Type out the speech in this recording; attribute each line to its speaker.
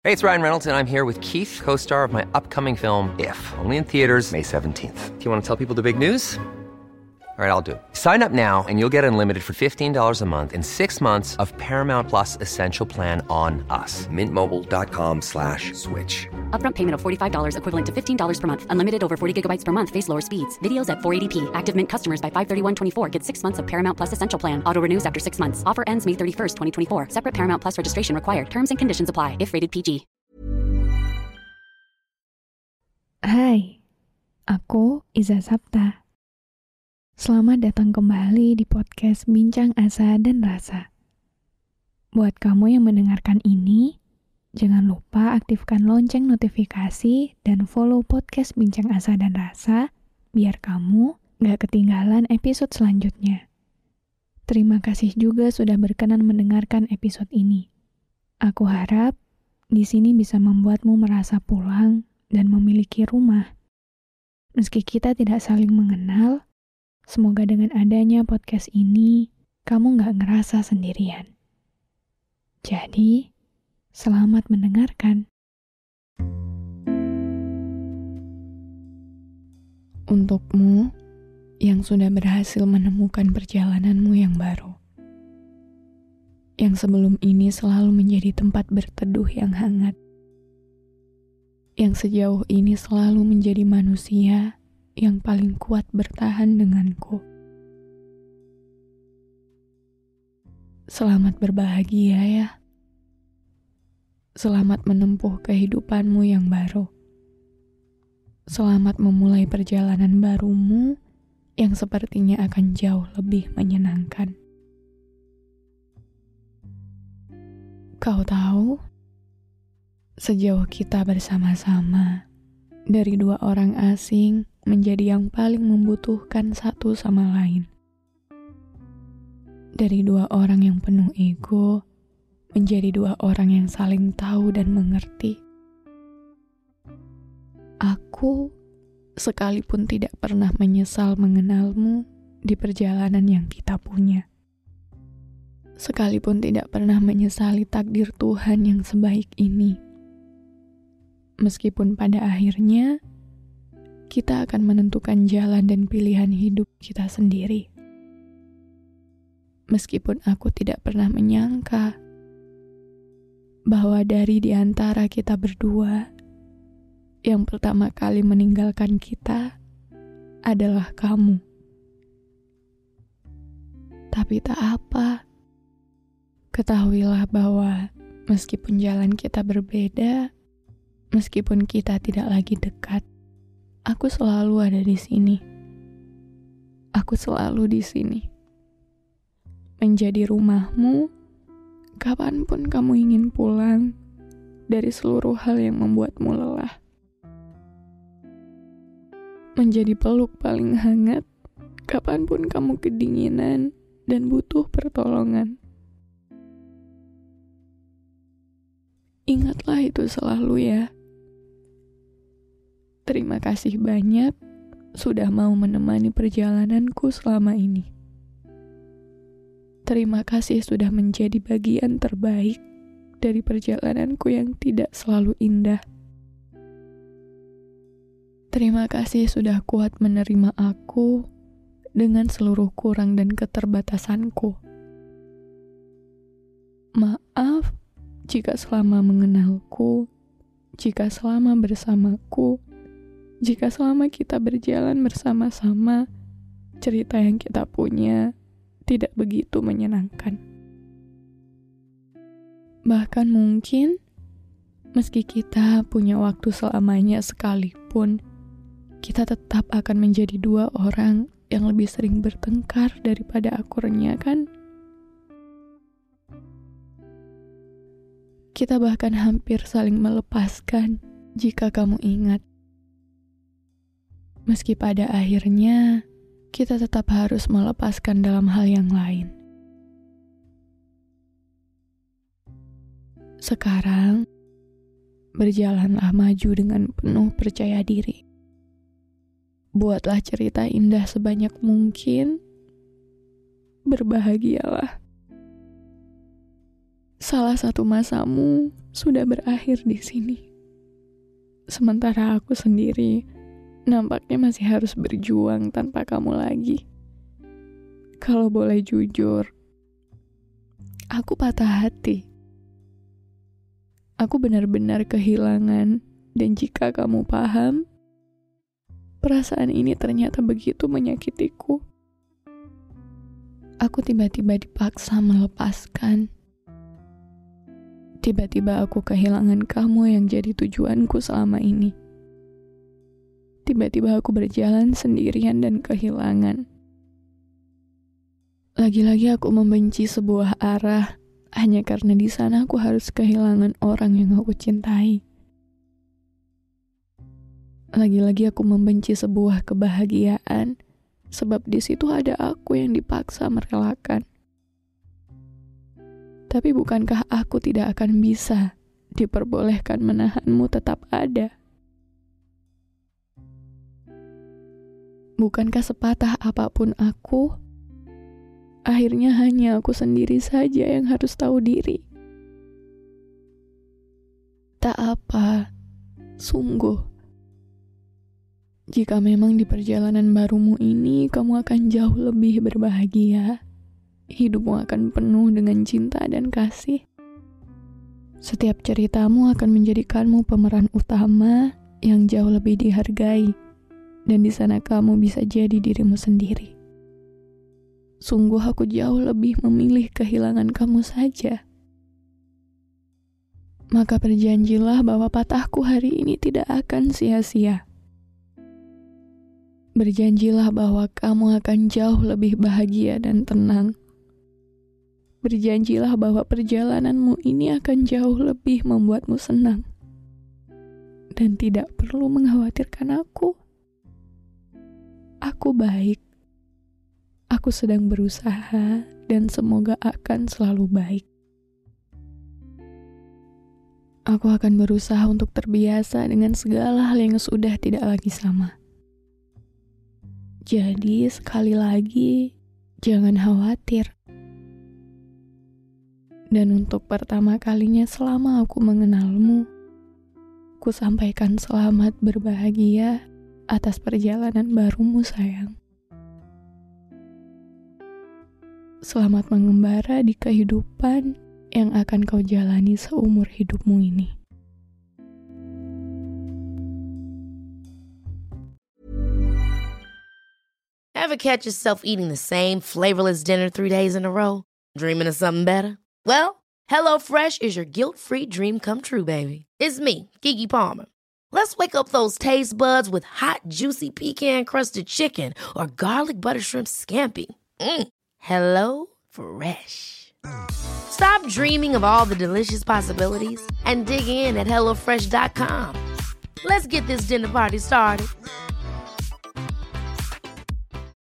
Speaker 1: Hey, it's Ryan Reynolds, and I'm here with Keith, co-star of my upcoming film, If, only in theaters May 17th. Do you want to tell people the big news? All right, I'll do it. Sign up now and you'll get unlimited for $15 a month and 6 months of Paramount Plus Essential Plan on us. MintMobile.com/switch.
Speaker 2: Upfront payment of $45 equivalent to $15 per month. Unlimited over 40 gigabytes per month. Face lower speeds. Videos at 480p. Active Mint customers by 531.24 get 6 months of Paramount Plus Essential Plan. Auto renews after 6 months. Offer ends May 31st, 2024. Separate Paramount Plus registration required. Terms and conditions apply if rated PG.
Speaker 3: Hai, aku Iza Sapta. Selamat datang kembali di podcast Bincang Asa dan Rasa. Buat kamu yang mendengarkan ini, jangan lupa aktifkan lonceng notifikasi dan follow podcast Bincang Asa dan Rasa biar kamu gak ketinggalan episode selanjutnya. Terima kasih juga sudah berkenan mendengarkan episode ini. Aku harap di sini bisa membuatmu merasa pulang dan memiliki rumah. Meski kita tidak saling mengenal, semoga dengan adanya podcast ini, kamu gak ngerasa sendirian. Jadi, selamat mendengarkan. Untukmu yang sudah berhasil menemukan perjalananmu yang baru, yang sebelum ini selalu menjadi tempat berteduh yang hangat, yang sejauh ini selalu menjadi manusia yang paling kuat bertahan denganku. Selamat berbahagia ya. Selamat menempuh kehidupanmu yang baru. Selamat memulai perjalanan barumu yang sepertinya akan jauh lebih menyenangkan. Kau tahu, sejauh kita bersama-sama, dari dua orang asing menjadi yang paling membutuhkan satu sama lain. Dari dua orang yang penuh ego, menjadi dua orang yang saling tahu dan mengerti. Aku, sekalipun tidak pernah menyesal mengenalmu di perjalanan yang kita punya. Sekalipun tidak pernah menyesali takdir Tuhan yang sebaik ini. Meskipun pada akhirnya, kita akan menentukan jalan dan pilihan hidup kita sendiri. Meskipun aku tidak pernah menyangka bahwa dari di antara kita berdua, yang pertama kali meninggalkan kita adalah kamu. Tapi tak apa, ketahuilah bahwa meskipun jalan kita berbeda, meskipun kita tidak lagi dekat, aku selalu ada di sini. Aku selalu di sini. Menjadi rumahmu, kapanpun kamu ingin pulang dari seluruh hal yang membuatmu lelah. Menjadi peluk paling hangat, kapanpun kamu kedinginan dan butuh pertolongan. Ingatlah itu selalu ya. Terima kasih banyak sudah mau menemani perjalananku selama ini. Terima kasih sudah menjadi bagian terbaik dari perjalananku yang tidak selalu indah. Terima kasih sudah kuat menerima aku dengan seluruh kurang dan keterbatasanku. Maaf jika selama mengenalku, jika selama bersamaku, jika selama kita berjalan bersama-sama, cerita yang kita punya tidak begitu menyenangkan. Bahkan mungkin, meski kita punya waktu selamanya sekalipun, kita tetap akan menjadi dua orang yang lebih sering bertengkar daripada akurnya, kan? Kita bahkan hampir saling melepaskan jika kamu ingat. Meski pada akhirnya, kita tetap harus melepaskan dalam hal yang lain. Sekarang, berjalanlah maju dengan penuh percaya diri. Buatlah cerita indah sebanyak mungkin. Berbahagialah. salah satu masamu sudah berakhir di sini. Sementara aku sendiri nampaknya masih harus berjuang tanpa kamu lagi. Kalau boleh jujur, aku patah hati. Aku benar-benar kehilangan, dan jika kamu paham, perasaan ini ternyata begitu menyakitiku. Aku tiba-tiba dipaksa melepaskan. Tiba-tiba aku kehilangan kamu yang jadi tujuanku selama ini. Tiba-tiba aku berjalan sendirian dan kehilangan. Lagi-lagi aku membenci sebuah arah hanya karena di sana aku harus kehilangan orang yang aku cintai. Lagi-lagi aku membenci sebuah kebahagiaan sebab di situ ada aku yang dipaksa merelakan. Tapi bukankah aku tidak akan bisa diperbolehkan menahanmu tetap ada? Bukankah sepatah apapun aku, akhirnya hanya aku sendiri saja yang harus tahu diri? Tak apa, sungguh. Jika memang di perjalanan barumu ini kamu akan jauh lebih berbahagia, hidupmu akan penuh dengan cinta dan kasih. Setiap ceritamu akan menjadikanmu pemeran utama yang jauh lebih dihargai, dan di sana kamu bisa jadi dirimu sendiri. Sungguh aku jauh lebih memilih kehilangan kamu saja. Maka berjanjilah bahwa patahku hari ini tidak akan sia-sia. Berjanjilah bahwa kamu akan jauh lebih bahagia dan tenang. Berjanjilah bahwa perjalananmu ini akan jauh lebih membuatmu senang. Dan tidak perlu mengkhawatirkan aku. Aku baik. Aku sedang berusaha dan semoga akan selalu baik. Aku akan berusaha untuk terbiasa dengan segala hal yang sudah tidak lagi sama. Jadi sekali lagi, jangan khawatir. Dan untuk pertama kalinya selama aku mengenalmu, ku sampaikan selamat berbahagia atas perjalanan barumu sayang. Selamat mengembara di kehidupan yang akan kau jalani seumur hidupmu ini.
Speaker 4: Ever catch yourself eating the same flavorless dinner 3 days in a row? Dreaming of something better? Well, HelloFresh is your guilt-free dream come true, baby. It's me, Keke Palmer. Let's wake up those taste buds with hot, juicy pecan-crusted chicken or garlic butter shrimp scampi. Hello Fresh. Stop dreaming of all the delicious possibilities and dig in at HelloFresh.com. Let's get this dinner party started.